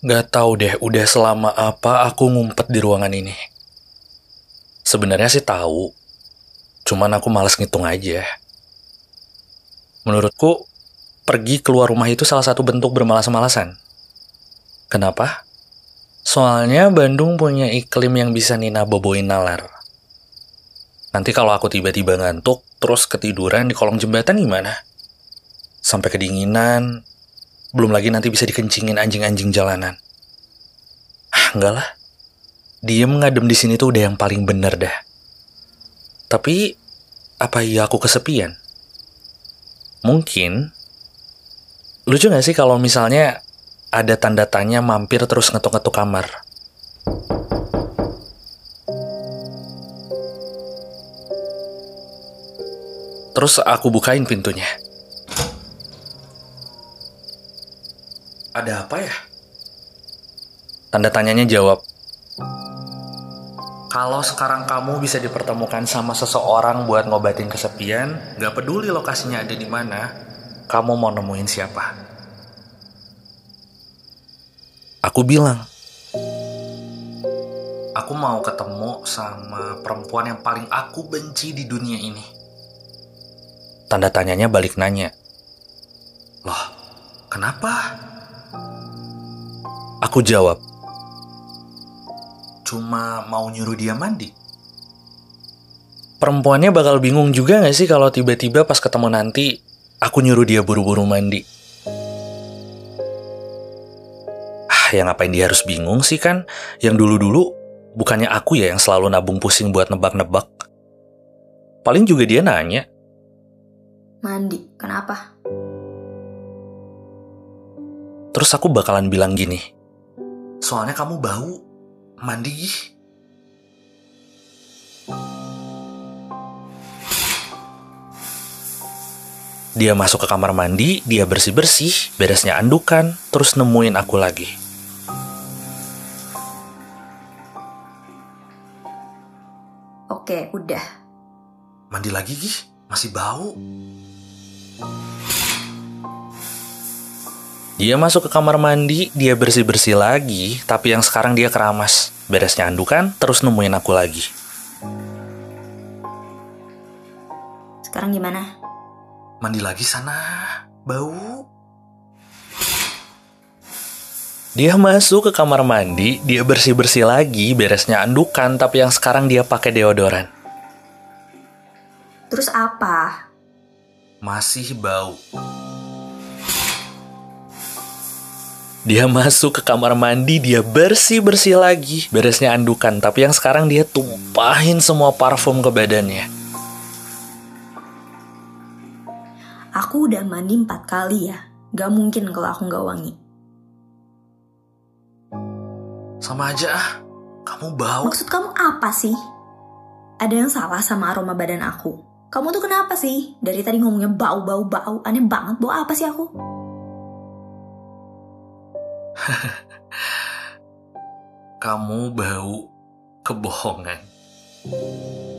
Gak tahu deh udah selama apa aku ngumpet di ruangan ini. Sebenarnya sih tahu, cuman aku malas ngitung aja. Menurutku, pergi keluar rumah itu salah satu bentuk bermalas-malasan. Kenapa? Soalnya Bandung punya iklim yang bisa Nina boboin nalar. Nanti kalau aku tiba-tiba ngantuk, terus ketiduran di kolong jembatan gimana? Sampai kedinginan, belum lagi nanti bisa dikencingin anjing-anjing jalanan. Enggak lah. Diem ngadem di sini tuh udah yang paling bener dah. Tapi, apa iya aku kesepian? Mungkin. Lucu gak sih kalau misalnya ada tanda tanya mampir terus ngetuk-ngetuk kamar? Terus aku bukain pintunya. Ada apa ya? Tanda tanyanya jawab, kalau sekarang kamu bisa dipertemukan sama seseorang buat ngobatin kesepian, gak peduli lokasinya ada di mana, kamu mau nemuin siapa? Aku bilang, aku mau ketemu sama perempuan yang paling aku benci di dunia ini. Tanda tanyanya balik nanya, loh, kenapa? Aku jawab, cuma mau nyuruh dia mandi. Perempuannya bakal bingung juga gak sih kalau tiba-tiba pas ketemu nanti, aku nyuruh dia buru-buru mandi? Ya ngapain dia harus bingung sih kan? Yang dulu-dulu, bukannya aku ya yang selalu nabung pusing buat nebak-nebak. Paling juga dia nanya, mandi, kenapa? terus aku bakalan bilang gini, soalnya kamu bau, mandi gih. Dia masuk ke kamar mandi, dia bersih-bersih, beresnya andukan, terus nemuin aku lagi. Oke, udah. Mandi lagi gih, masih bau. Dia masuk ke kamar mandi, dia bersih-bersih lagi, tapi yang sekarang dia keramas. Beresnya andukan, terus nemuin aku lagi. Sekarang gimana? Mandi lagi sana, bau. Dia masuk ke kamar mandi, dia bersih-bersih lagi, beresnya andukan, tapi yang sekarang dia pakai deodoran. Terus apa? Masih bau. Dia masuk ke kamar mandi, dia bersih-bersih lagi, beresnya andukan, tapi yang sekarang dia tumpahin semua parfum ke badannya. Aku udah mandi 4 kali ya. Gak mungkin kalau aku gak wangi. Sama aja ah, kamu bau. Maksud kamu apa sih? Ada yang salah sama aroma badan aku? Kamu tuh kenapa sih? Dari tadi ngomongnya bau. Aneh banget, bau apa sih aku? Kamu bau kebohongan.